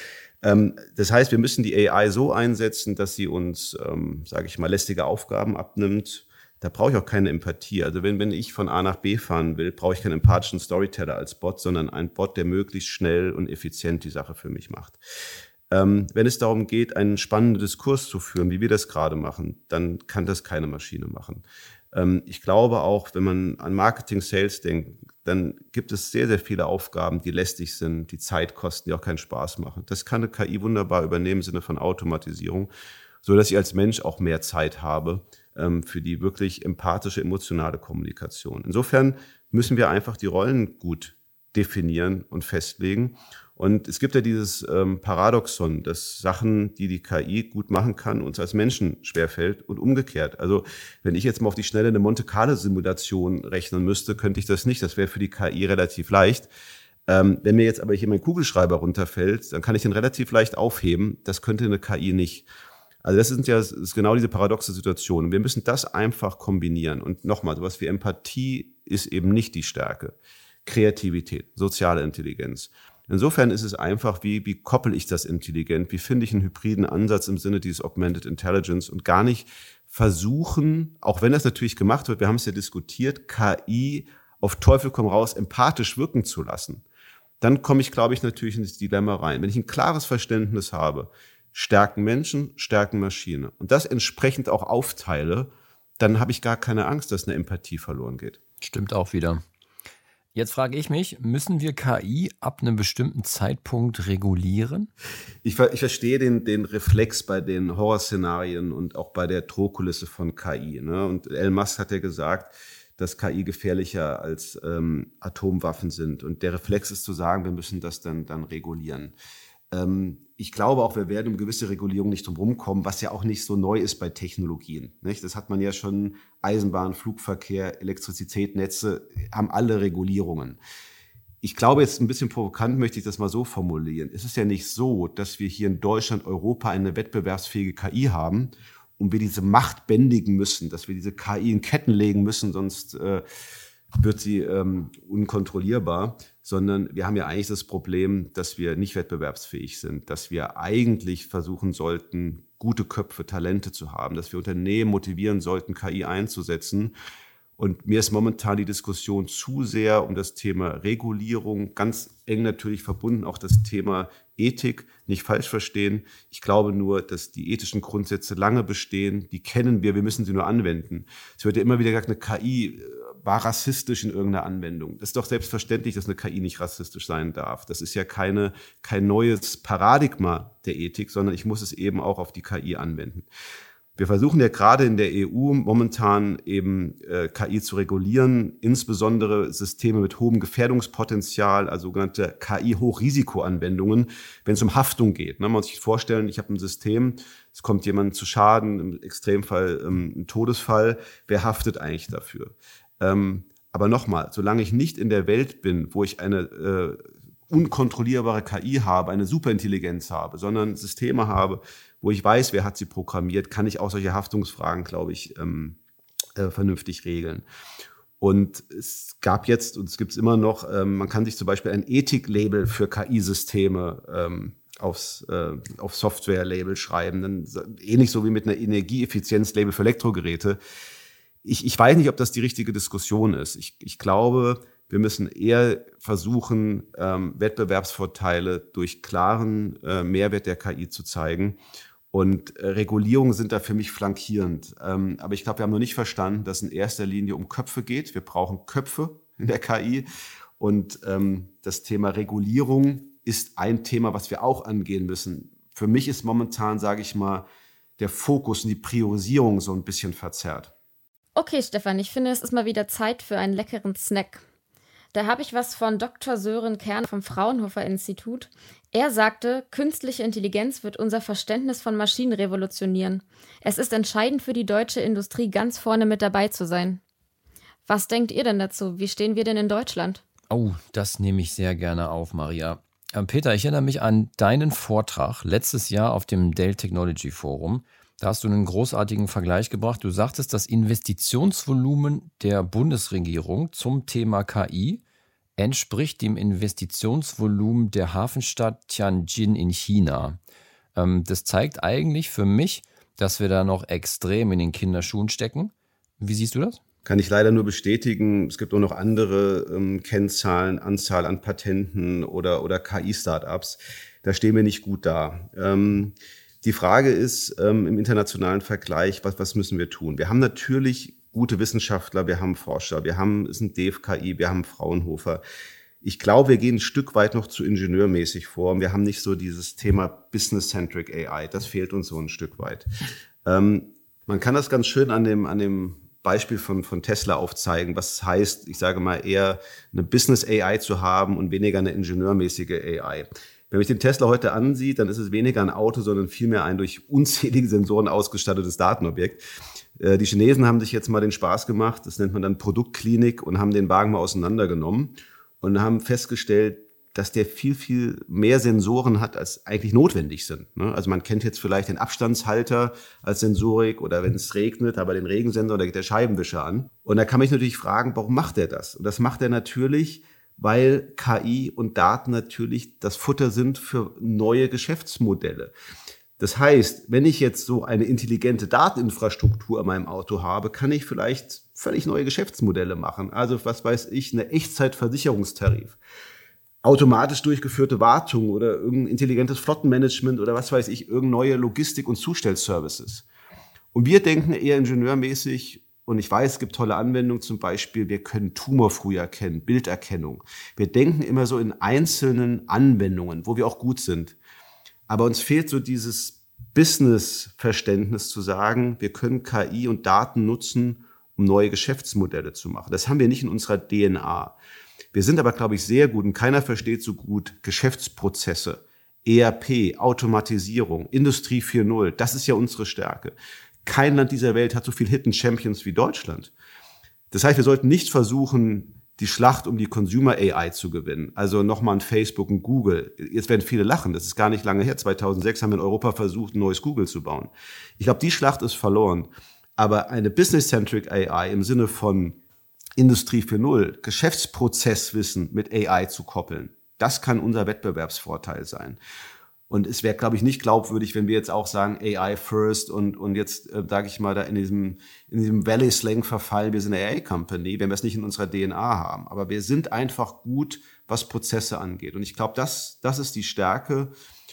Das heißt, wir müssen die AI so einsetzen, dass sie uns, sage ich mal, lästige Aufgaben abnimmt. Da brauche ich auch keine Empathie. Also wenn ich von A nach B fahren will, brauche ich keinen empathischen Storyteller als Bot, sondern einen Bot, der möglichst schnell und effizient die Sache für mich macht. Wenn es darum geht, einen spannenden Diskurs zu führen, wie wir das gerade machen, dann kann das keine Maschine machen. Ich glaube auch, wenn man an Marketing, Sales denkt, dann gibt es sehr, sehr viele Aufgaben, die lästig sind, die Zeit kosten, die auch keinen Spaß machen. Das kann eine KI wunderbar übernehmen im Sinne von Automatisierung, so dass ich als Mensch auch mehr Zeit habe für die wirklich empathische, emotionale Kommunikation. Insofern müssen wir einfach die Rollen gut definieren und festlegen. Und es gibt ja dieses Paradoxon, dass Sachen, die die KI gut machen kann, uns als Menschen schwerfällt und umgekehrt. Also wenn ich jetzt mal auf die Schnelle eine Monte-Carlo-Simulation rechnen müsste, könnte ich das nicht. Das wäre für die KI relativ leicht. Wenn mir jetzt aber hier mein Kugelschreiber runterfällt, dann kann ich den relativ leicht aufheben. Das könnte eine KI nicht. Also das ist genau diese paradoxe Situation. Wir müssen das einfach kombinieren. Und nochmal, sowas wie Empathie ist eben nicht die Stärke. Kreativität, soziale Intelligenz. Insofern ist es einfach, wie koppel ich das intelligent? Wie finde ich einen hybriden Ansatz im Sinne dieses Augmented Intelligence und gar nicht versuchen, auch wenn das natürlich gemacht wird, wir haben es ja diskutiert, KI auf Teufel komm raus empathisch wirken zu lassen. Dann komme ich, glaube ich, natürlich in das Dilemma rein. Wenn ich ein klares Verständnis habe, stärken Menschen, stärken Maschine und das entsprechend auch aufteile, dann habe ich gar keine Angst, dass eine Empathie verloren geht. Stimmt auch wieder. Jetzt frage ich mich, müssen wir KI ab einem bestimmten Zeitpunkt regulieren? Ich verstehe den Reflex bei den Horrorszenarien und auch bei der Drohkulisse von KI. Ne? Und Elon Musk hat ja gesagt, dass KI gefährlicher als Atomwaffen sind. Und der Reflex ist zu sagen, wir müssen das dann regulieren. Ich glaube auch, wir werden um gewisse Regulierung nicht drum rumkommen, was ja auch nicht so neu ist bei Technologien. Nicht? Das hat man ja schon, Eisenbahn, Flugverkehr, Elektrizität, Netze, haben alle Regulierungen. Ich glaube, jetzt ein bisschen provokant möchte ich das mal so formulieren. Es ist ja nicht so, dass wir hier in Deutschland, Europa eine wettbewerbsfähige KI haben und wir diese Macht bändigen müssen, dass wir diese KI in Ketten legen müssen, sonst wird sie unkontrollierbar, sondern wir haben ja eigentlich das Problem, dass wir nicht wettbewerbsfähig sind, dass wir eigentlich versuchen sollten, gute Köpfe, Talente zu haben, dass wir Unternehmen motivieren sollten, KI einzusetzen. Und mir ist momentan die Diskussion zu sehr um das Thema Regulierung, ganz eng natürlich verbunden, auch das Thema Ethik, nicht falsch verstehen. Ich glaube nur, dass die ethischen Grundsätze lange bestehen, die kennen wir müssen sie nur anwenden. Es wird ja immer wieder gesagt, eine KI war rassistisch in irgendeiner Anwendung. Das ist doch selbstverständlich, dass eine KI nicht rassistisch sein darf. Das ist ja kein neues Paradigma der Ethik, sondern ich muss es eben auch auf die KI anwenden. Wir versuchen ja gerade in der EU momentan eben KI zu regulieren, insbesondere Systeme mit hohem Gefährdungspotenzial, also sogenannte KI-Hochrisikoanwendungen, wenn es um Haftung geht. Man muss sich vorstellen, ich habe ein System, es kommt jemand zu Schaden, im Extremfall ein Todesfall. Wer haftet eigentlich dafür? Aber nochmal, solange ich nicht in der Welt bin, wo ich eine unkontrollierbare KI habe, eine Superintelligenz habe, sondern Systeme habe, wo ich weiß, wer hat sie programmiert, kann ich auch solche Haftungsfragen, glaube ich, vernünftig regeln. Und es gab jetzt, und es gibt es immer noch, man kann sich zum Beispiel ein Ethiklabel für KI-Systeme auf Software-Label schreiben, dann ähnlich so wie mit einer Energieeffizienz-Label für Elektrogeräte. Ich weiß nicht, ob das die richtige Diskussion ist. Ich glaube, wir müssen eher versuchen, Wettbewerbsvorteile durch klaren Mehrwert der KI zu zeigen. Und Regulierungen sind da für mich flankierend. Aber ich glaube, wir haben noch nicht verstanden, dass es in erster Linie um Köpfe geht. Wir brauchen Köpfe in der KI. Und das Thema Regulierung ist ein Thema, was wir auch angehen müssen. Für mich ist momentan, sage ich mal, der Fokus und die Priorisierung so ein bisschen verzerrt. Okay, Stefan, ich finde, es ist mal wieder Zeit für einen leckeren Snack. Da habe ich was von Dr. Sören Kern vom Fraunhofer Institut. Er sagte, künstliche Intelligenz wird unser Verständnis von Maschinen revolutionieren. Es ist entscheidend für die deutsche Industrie, ganz vorne mit dabei zu sein. Was denkt ihr denn dazu? Wie stehen wir denn in Deutschland? Oh, das nehme ich sehr gerne auf, Maria. Peter, ich erinnere mich an deinen Vortrag letztes Jahr auf dem Dell Technology Forum. Da hast du einen großartigen Vergleich gebracht. Du sagtest, das Investitionsvolumen der Bundesregierung zum Thema KI entspricht dem Investitionsvolumen der Hafenstadt Tianjin in China. Das zeigt eigentlich für mich, dass wir da noch extrem in den Kinderschuhen stecken. Wie siehst du das? Kann ich leider nur bestätigen. Es gibt auch noch andere Kennzahlen, Anzahl an Patenten oder KI-Startups. Da stehen wir nicht gut da. Die Frage ist im internationalen Vergleich, was müssen wir tun? Wir haben natürlich gute Wissenschaftler, wir haben Forscher, es sind DFKI, wir haben Fraunhofer. Ich glaube, wir gehen ein Stück weit noch zu ingenieurmäßig vor. Wir haben nicht so dieses Thema Business-Centric AI. Das fehlt uns so ein Stück weit. Man kann das ganz schön an dem Beispiel von Tesla aufzeigen, was heißt, ich sage mal, eher eine Business-AI zu haben und weniger eine ingenieurmäßige AI. Wenn man sich den Tesla heute ansieht, dann ist es weniger ein Auto, sondern vielmehr ein durch unzählige Sensoren ausgestattetes Datenobjekt. Die Chinesen haben sich jetzt mal den Spaß gemacht, das nennt man dann Produktklinik, und haben den Wagen mal auseinandergenommen und haben festgestellt, dass der viel, viel mehr Sensoren hat, als eigentlich notwendig sind. Also man kennt jetzt vielleicht den Abstandshalter als Sensorik oder wenn es regnet, aber den Regensensor, da geht der Scheibenwischer an. Und da kann man sich natürlich fragen, warum macht er das? Und das macht er natürlich, weil KI und Daten natürlich das Futter sind für neue Geschäftsmodelle. Das heißt, wenn ich jetzt so eine intelligente Dateninfrastruktur in meinem Auto habe, kann ich vielleicht völlig neue Geschäftsmodelle machen. Also was weiß ich, eine Echtzeitversicherungstarif, automatisch durchgeführte Wartung oder irgendein intelligentes Flottenmanagement oder was weiß ich, irgendeine neue Logistik- und Zustellservices. Und wir denken eher ingenieurmäßig. Und ich weiß, es gibt tolle Anwendungen, zum Beispiel, wir können Tumor früh erkennen, Bilderkennung. Wir denken immer so in einzelnen Anwendungen, wo wir auch gut sind. Aber uns fehlt so dieses Business-Verständnis zu sagen, wir können KI und Daten nutzen, um neue Geschäftsmodelle zu machen. Das haben wir nicht in unserer DNA. Wir sind aber, glaube ich, sehr gut, und keiner versteht so gut Geschäftsprozesse, ERP, Automatisierung, Industrie 4.0. Das ist ja unsere Stärke. Kein Land dieser Welt hat so viel Hidden Champions wie Deutschland. Das heißt, wir sollten nicht versuchen, die Schlacht um die Consumer AI zu gewinnen. Also nochmal ein Facebook, ein Google. Jetzt werden viele lachen, das ist gar nicht lange her. 2006 haben wir in Europa versucht, ein neues Google zu bauen. Ich glaube, die Schlacht ist verloren. Aber eine Business-Centric AI im Sinne von Industrie 4.0, Geschäftsprozesswissen mit AI zu koppeln, das kann unser Wettbewerbsvorteil sein. Und es wäre, glaube ich, nicht glaubwürdig, wenn wir jetzt auch sagen, AI first und jetzt, sage ich mal, da in diesem Valley-Slang verfallen, wir sind eine AI-Company, wenn wir es nicht in unserer DNA haben. Aber wir sind einfach gut, was Prozesse angeht. Und ich glaube, das ist die Stärke,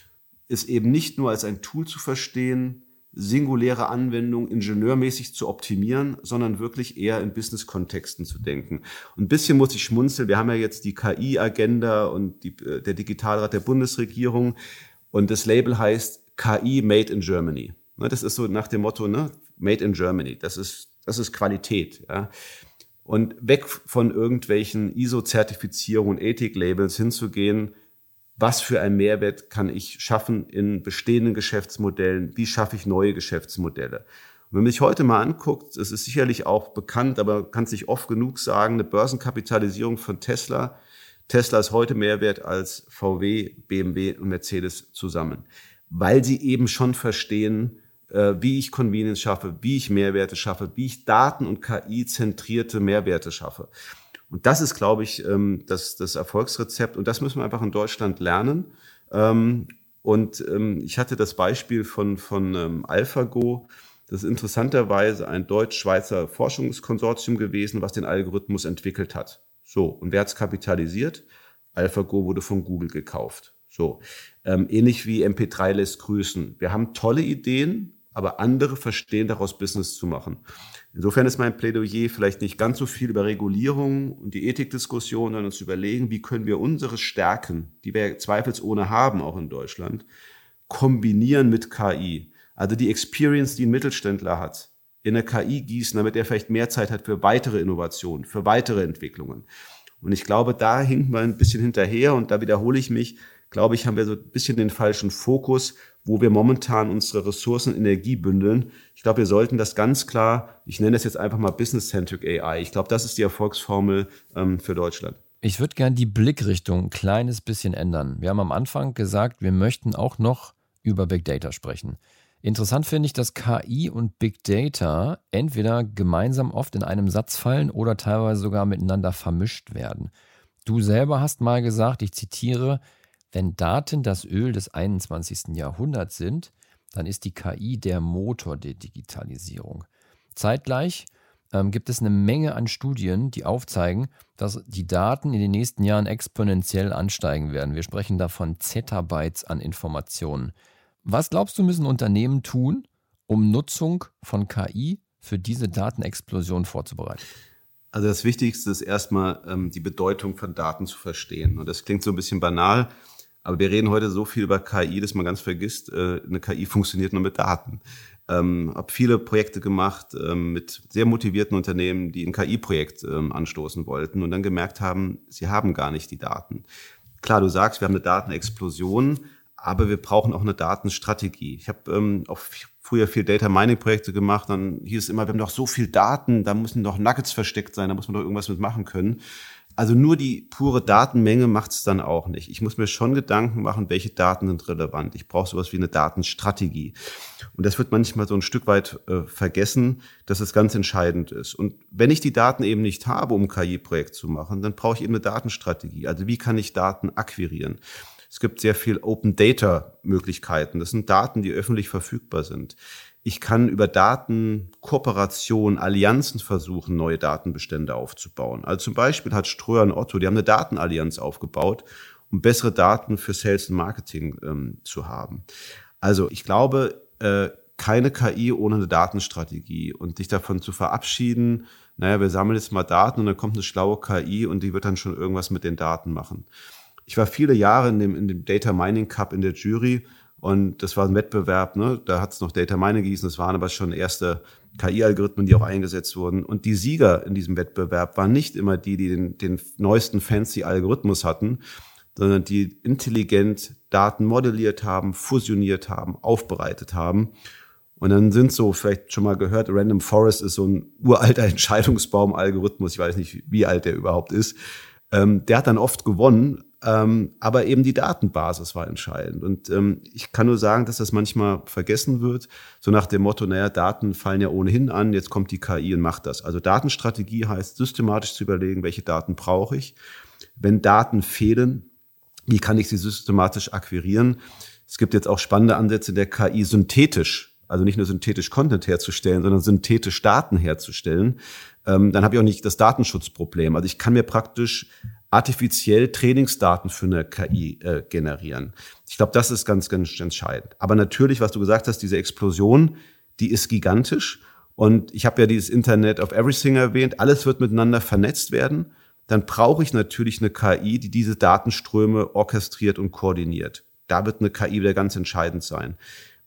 ist eben nicht nur als ein Tool zu verstehen, singuläre Anwendung ingenieurmäßig zu optimieren, sondern wirklich eher in Business-Kontexten zu denken. Und ein bisschen muss ich schmunzeln. Wir haben ja jetzt die KI-Agenda und der Digitalrat der Bundesregierung. Und das Label heißt KI Made in Germany. Das ist so nach dem Motto, Made in Germany. Das ist Qualität. Ja. Und weg von irgendwelchen ISO-Zertifizierungen, Ethik-Labels hinzugehen, was für einen Mehrwert kann ich schaffen in bestehenden Geschäftsmodellen? Wie schaffe ich neue Geschäftsmodelle? Und wenn man sich heute mal anguckt, es ist sicherlich auch bekannt, aber kann es nicht oft genug sagen, eine Börsenkapitalisierung von Tesla. Tesla ist heute mehr wert als VW, BMW und Mercedes zusammen, weil sie eben schon verstehen, wie ich Convenience schaffe, wie ich Mehrwerte schaffe, wie ich Daten- und KI-zentrierte Mehrwerte schaffe. Und das ist, glaube ich, das Erfolgsrezept. Und das müssen wir einfach in Deutschland lernen. Ich hatte das Beispiel von AlphaGo. Das ist interessanterweise ein deutsch-schweizer Forschungskonsortium gewesen, was den Algorithmus entwickelt hat. So, und wer hat es kapitalisiert? AlphaGo wurde von Google gekauft. So, ähnlich wie MP3 lässt grüßen. Wir haben tolle Ideen, aber andere verstehen daraus Business zu machen. Insofern ist mein Plädoyer vielleicht nicht ganz so viel über Regulierung und die Ethikdiskussion, sondern uns überlegen, wie können wir unsere Stärken, die wir zweifelsohne haben, auch in Deutschland, kombinieren mit KI. Also die Experience, die ein Mittelständler hat, in eine KI gießen, damit er vielleicht mehr Zeit hat für weitere Innovationen, für weitere Entwicklungen. Und ich glaube, da hinken wir ein bisschen hinterher und da wiederhole ich mich, glaube ich, haben wir so ein bisschen den falschen Fokus, wo wir momentan unsere Ressourcen und Energie bündeln. Ich glaube, wir sollten das ganz klar, ich nenne das jetzt einfach mal Business-Centric AI. Ich glaube, das ist die Erfolgsformel für Deutschland. Ich würde gerne die Blickrichtung ein kleines bisschen ändern. Wir haben am Anfang gesagt, wir möchten auch noch über Big Data sprechen. Interessant finde ich, dass KI und Big Data entweder gemeinsam oft in einem Satz fallen oder teilweise sogar miteinander vermischt werden. Du selber hast mal gesagt, ich zitiere, wenn Daten das Öl des 21. Jahrhunderts sind, dann ist die KI der Motor der Digitalisierung. Zeitgleich gibt es eine Menge an Studien, die aufzeigen, dass die Daten in den nächsten Jahren exponentiell ansteigen werden. Wir sprechen da von Zettabytes an Informationen. Was glaubst du, müssen Unternehmen tun, um Nutzung von KI für diese Datenexplosion vorzubereiten? Also das Wichtigste ist erstmal die Bedeutung von Daten zu verstehen. Und das klingt so ein bisschen banal, aber wir reden heute so viel über KI, dass man ganz vergisst, eine KI funktioniert nur mit Daten. Habe viele Projekte gemacht mit sehr motivierten Unternehmen, die ein KI-Projekt anstoßen wollten und dann gemerkt haben, sie haben gar nicht die Daten. Klar, du sagst, wir haben eine Datenexplosion, aber wir brauchen auch eine Datenstrategie. Ich habe auch früher viel Data-Mining-Projekte gemacht, dann hieß es immer, wir haben doch so viel Daten, da müssen doch Nuggets versteckt sein, da muss man doch irgendwas mit machen können. Also nur die pure Datenmenge macht es dann auch nicht. Ich muss mir schon Gedanken machen, welche Daten sind relevant. Ich brauche sowas wie eine Datenstrategie. Und das wird manchmal so ein Stück weit vergessen, dass es ganz entscheidend ist. Und wenn ich die Daten eben nicht habe, um ein KI-Projekt zu machen, dann brauche ich eben eine Datenstrategie. Also wie kann ich Daten akquirieren? Es gibt sehr viel Open-Data-Möglichkeiten. Das sind Daten, die öffentlich verfügbar sind. Ich kann über Daten, Kooperation, Allianzen versuchen, neue Datenbestände aufzubauen. Also zum Beispiel hat Ströer und Otto, die haben eine Datenallianz aufgebaut, um bessere Daten für Sales und Marketing zu haben. Also ich glaube, keine KI ohne eine Datenstrategie und sich davon zu verabschieden, wir sammeln jetzt mal Daten und dann kommt eine schlaue KI und die wird dann schon irgendwas mit den Daten machen. Ich war viele Jahre in dem Data Mining Cup in der Jury und das war ein Wettbewerb, da hat es noch Data Mining gehießen, das waren aber schon erste KI-Algorithmen, die auch eingesetzt wurden. Und die Sieger in diesem Wettbewerb waren nicht immer die den neuesten fancy Algorithmus hatten, sondern die intelligent Daten modelliert haben, fusioniert haben, aufbereitet haben. Und dann sind so, vielleicht schon mal gehört, Random Forest ist so ein uralter Entscheidungsbaum-Algorithmus, ich weiß nicht, wie alt der überhaupt ist. Der hat dann oft gewonnen, aber eben die Datenbasis war entscheidend. Und ich kann nur sagen, dass das manchmal vergessen wird, so nach dem Motto, Daten fallen ja ohnehin an, jetzt kommt die KI und macht das. Also Datenstrategie heißt, systematisch zu überlegen, welche Daten brauche ich. Wenn Daten fehlen, wie kann ich sie systematisch akquirieren? Es gibt jetzt auch spannende Ansätze der KI synthetisch, also nicht nur synthetisch Content herzustellen, sondern synthetisch Daten herzustellen. Dann habe ich auch nicht das Datenschutzproblem. Also ich kann mir praktisch artifiziell Trainingsdaten für eine KI generieren. Ich glaube, das ist ganz, ganz entscheidend. Aber natürlich, was du gesagt hast, diese Explosion, die ist gigantisch. Und ich habe ja dieses Internet of Everything erwähnt. Alles wird miteinander vernetzt werden. Dann brauche ich natürlich eine KI, die diese Datenströme orchestriert und koordiniert. Da wird eine KI wieder ganz entscheidend sein.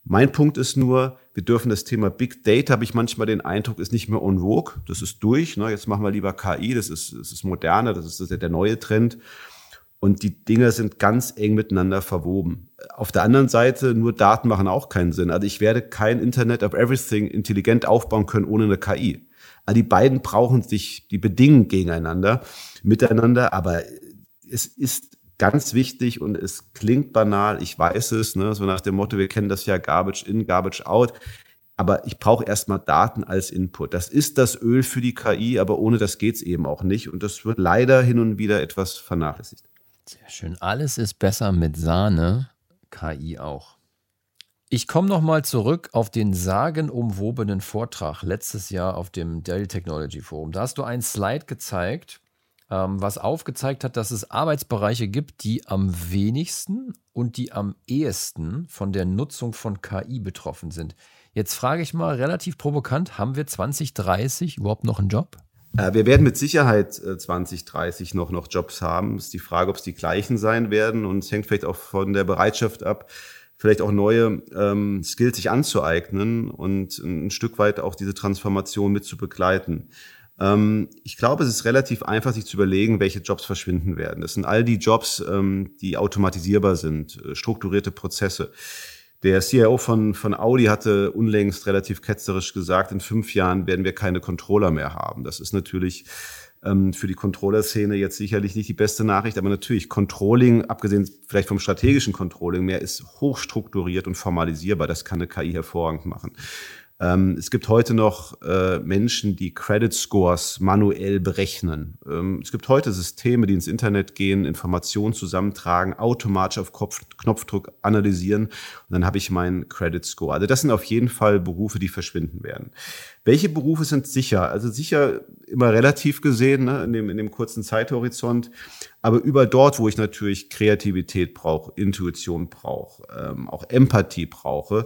Mein Punkt ist nur, wir dürfen das Thema Big Data, habe ich manchmal den Eindruck, ist nicht mehr en vogue. Das ist durch. Ne? Jetzt machen wir lieber KI, das ist moderner, das ist der neue Trend. Und die Dinge sind ganz eng miteinander verwoben. Auf der anderen Seite, nur Daten machen auch keinen Sinn. Also ich werde kein Internet of Everything intelligent aufbauen können ohne eine KI. Also die beiden brauchen sich, die bedingen gegeneinander, miteinander. Aber es ist ganz wichtig und es klingt banal, ich weiß es, ne? So nach dem Motto, wir kennen das ja Garbage in, Garbage out. Aber ich brauche erstmal Daten als Input. Das ist das Öl für die KI, aber ohne das geht es eben auch nicht. Und das wird leider hin und wieder etwas vernachlässigt. Sehr schön. Alles ist besser mit Sahne, KI auch. Ich komme nochmal zurück auf den sagenumwobenen Vortrag letztes Jahr auf dem Dell Technology Forum. Da hast du einen Slide gezeigt, was aufgezeigt hat, dass es Arbeitsbereiche gibt, die am wenigsten und die am ehesten von der Nutzung von KI betroffen sind. Jetzt frage ich mal relativ provokant, haben wir 2030 überhaupt noch einen Job? Wir werden mit Sicherheit 2030 noch Jobs haben. Es ist die Frage, ob es die gleichen sein werden. Und es hängt vielleicht auch von der Bereitschaft ab, vielleicht auch neue Skills sich anzueignen und ein Stück weit auch diese Transformation mit zu begleiten. Ich glaube, es ist relativ einfach, sich zu überlegen, welche Jobs verschwinden werden. Das sind all die Jobs, die automatisierbar sind, strukturierte Prozesse. Der CIO von Audi hatte unlängst relativ ketzerisch gesagt, in 5 Jahren werden wir keine Controller mehr haben. Das ist natürlich für die Controller-Szene jetzt sicherlich nicht die beste Nachricht, aber natürlich Controlling, abgesehen vielleicht vom strategischen Controlling mehr, ist hochstrukturiert und formalisierbar. Das kann eine KI hervorragend machen. Es gibt heute noch Menschen, die Credit Scores manuell berechnen. Es gibt heute Systeme, die ins Internet gehen, Informationen zusammentragen, automatisch auf Knopfdruck analysieren und dann habe ich meinen Credit Score. Also das sind auf jeden Fall Berufe, die verschwinden werden. Welche Berufe sind sicher? Also sicher immer relativ gesehen, ne, in dem kurzen Zeithorizont, aber überall dort, wo ich natürlich Kreativität brauche, Intuition brauche, auch Empathie brauche,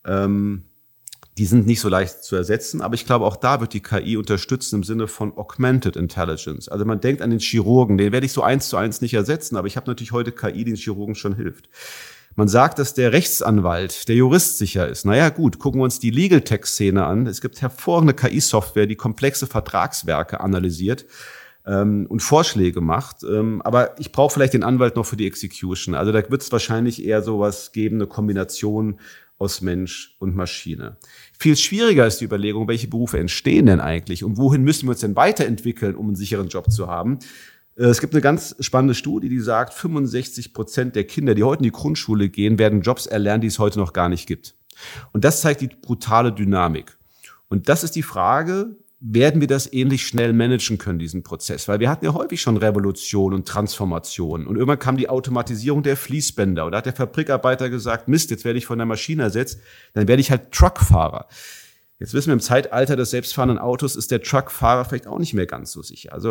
die sind nicht so leicht zu ersetzen, aber ich glaube, auch da wird die KI unterstützen im Sinne von Augmented Intelligence. Also man denkt an den Chirurgen, den werde ich so 1:1 nicht ersetzen, aber ich habe natürlich heute KI, die den Chirurgen schon hilft. Man sagt, dass der Rechtsanwalt, der Jurist sicher ist. Naja gut, gucken wir uns die Legal Tech-Szene an. Es gibt hervorragende KI-Software, die komplexe Vertragswerke analysiert und Vorschläge macht. Aber ich brauche vielleicht den Anwalt noch für die Execution. Also da wird es wahrscheinlich eher sowas geben, eine Kombination aus Mensch und Maschine. Viel schwieriger ist die Überlegung, welche Berufe entstehen denn eigentlich und wohin müssen wir uns denn weiterentwickeln, um einen sicheren Job zu haben. Es gibt eine ganz spannende Studie, die sagt, 65% der Kinder, die heute in die Grundschule gehen, werden Jobs erlernen, die es heute noch gar nicht gibt. Und das zeigt die brutale Dynamik. Und das ist die Frage, werden wir das ähnlich schnell managen können, diesen Prozess? Weil wir hatten ja häufig schon Revolution und Transformation. Und irgendwann kam die Automatisierung der Fließbänder. Und da hat der Fabrikarbeiter gesagt, Mist, jetzt werde ich von der Maschine ersetzt, dann werde ich halt Truckfahrer. Jetzt wissen wir, im Zeitalter des selbstfahrenden Autos ist der Truckfahrer vielleicht auch nicht mehr ganz so sicher. Also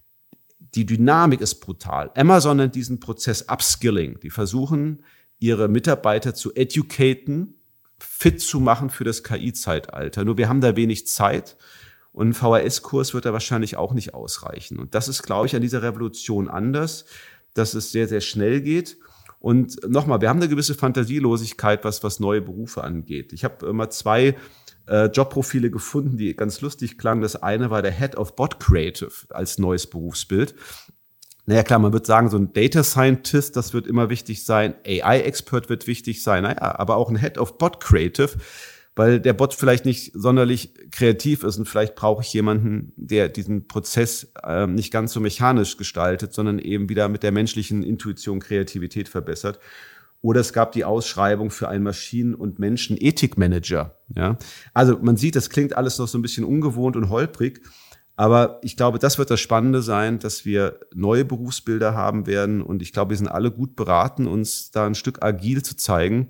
die Dynamik ist brutal. Amazon nennt diesen Prozess Upskilling. Die versuchen, ihre Mitarbeiter zu educaten, fit zu machen für das KI-Zeitalter. Nur wir haben da wenig Zeit. Und ein VHS-Kurs wird da wahrscheinlich auch nicht ausreichen. Und das ist, glaube ich, an dieser Revolution anders, dass es sehr, sehr schnell geht. Und nochmal, wir haben eine gewisse Fantasielosigkeit, was neue Berufe angeht. Ich habe immer 2 Jobprofile gefunden, die ganz lustig klangen. Das eine war der Head of Bot Creative als neues Berufsbild. Naja, klar, man wird sagen, so ein Data Scientist, das wird immer wichtig sein. AI-Expert wird wichtig sein. Naja, aber auch ein Head of Bot Creative, weil der Bot vielleicht nicht sonderlich kreativ ist und vielleicht brauche ich jemanden, der diesen Prozess nicht ganz so mechanisch gestaltet, sondern eben wieder mit der menschlichen Intuition Kreativität verbessert. Oder es gab die Ausschreibung für einen Maschinen- und Menschen-Ethik-Manager. Ja? Also man sieht, das klingt alles noch so ein bisschen ungewohnt und holprig, aber ich glaube, das wird das Spannende sein, dass wir neue Berufsbilder haben werden und ich glaube, wir sind alle gut beraten, uns da ein Stück agil zu zeigen,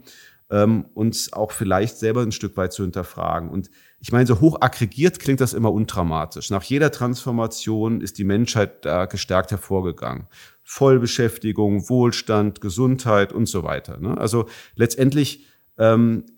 uns auch vielleicht selber ein Stück weit zu hinterfragen. Und ich meine, so hoch aggregiert klingt das immer undramatisch. Nach jeder Transformation ist die Menschheit da gestärkt hervorgegangen. Vollbeschäftigung, Wohlstand, Gesundheit und so weiter. Ne? Also letztendlich, der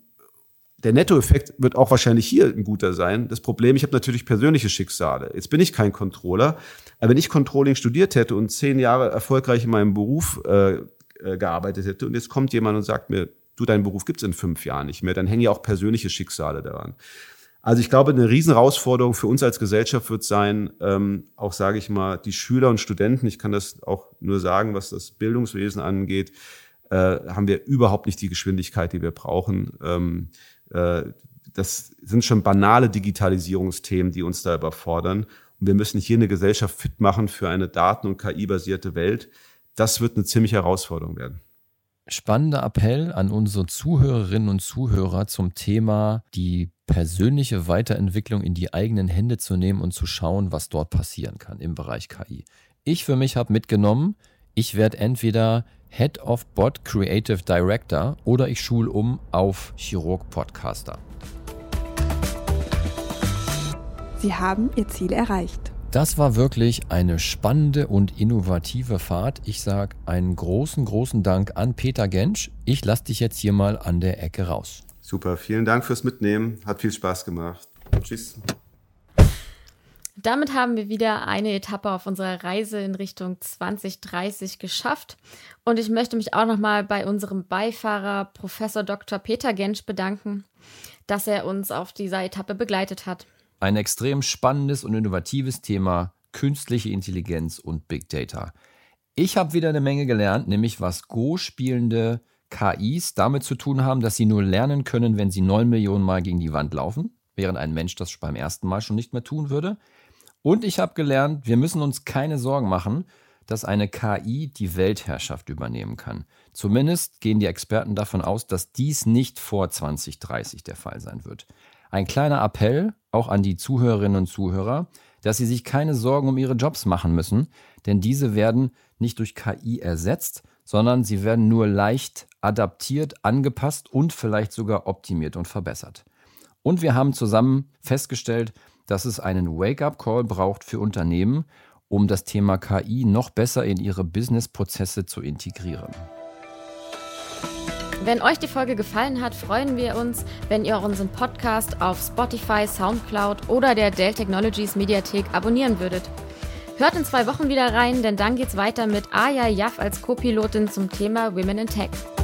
Nettoeffekt wird auch wahrscheinlich hier ein guter sein. Das Problem, ich habe natürlich persönliche Schicksale. Jetzt bin ich kein Controller, aber wenn ich Controlling studiert hätte und 10 Jahre erfolgreich in meinem Beruf gearbeitet hätte und jetzt kommt jemand und sagt mir, deinen Beruf gibt es in 5 Jahren nicht mehr. Dann hängen ja auch persönliche Schicksale daran. Also ich glaube, eine Riesenherausforderung für uns als Gesellschaft wird sein, auch sage ich mal, die Schüler und Studenten, ich kann das auch nur sagen, was das Bildungswesen angeht, haben wir überhaupt nicht die Geschwindigkeit, die wir brauchen. Das sind schon banale Digitalisierungsthemen, die uns da überfordern. Und wir müssen hier eine Gesellschaft fit machen für eine daten- und KI-basierte Welt. Das wird eine ziemliche Herausforderung werden. Spannender Appell an unsere Zuhörerinnen und Zuhörer zum Thema, die persönliche Weiterentwicklung in die eigenen Hände zu nehmen und zu schauen, was dort passieren kann im Bereich KI. Ich für mich habe mitgenommen, ich werde entweder Head of Bot Creative Director oder ich schule auf Chirurg Podcaster. Sie haben Ihr Ziel erreicht. Das war wirklich eine spannende und innovative Fahrt. Ich sage einen großen Dank an Peter Gensch. Ich lasse dich jetzt hier mal an der Ecke raus. Super, vielen Dank fürs Mitnehmen. Hat viel Spaß gemacht. Tschüss. Damit haben wir wieder eine Etappe auf unserer Reise in Richtung 2030 geschafft. Und ich möchte mich auch nochmal bei unserem Beifahrer Professor Dr. Peter Gensch bedanken, dass er uns auf dieser Etappe begleitet hat. Ein extrem spannendes und innovatives Thema, künstliche Intelligenz und Big Data. Ich habe wieder eine Menge gelernt, nämlich was Go-spielende KIs damit zu tun haben, dass sie nur lernen können, wenn sie 9 Millionen Mal gegen die Wand laufen, während ein Mensch das beim ersten Mal schon nicht mehr tun würde. Und ich habe gelernt, wir müssen uns keine Sorgen machen, dass eine KI die Weltherrschaft übernehmen kann. Zumindest gehen die Experten davon aus, dass dies nicht vor 2030 der Fall sein wird. Ein kleiner Appell auch an die Zuhörerinnen und Zuhörer, dass sie sich keine Sorgen um ihre Jobs machen müssen, denn diese werden nicht durch KI ersetzt, sondern sie werden nur leicht adaptiert, angepasst und vielleicht sogar optimiert und verbessert. Und wir haben zusammen festgestellt, dass es einen Wake-up-Call braucht für Unternehmen, um das Thema KI noch besser in ihre Business-Prozesse zu integrieren. Wenn euch die Folge gefallen hat, freuen wir uns, wenn ihr unseren Podcast auf Spotify, Soundcloud oder der Dell Technologies Mediathek abonnieren würdet. Hört in 2 Wochen wieder rein, denn dann geht's weiter mit Aya Jaff als Co-Pilotin zum Thema Women in Tech.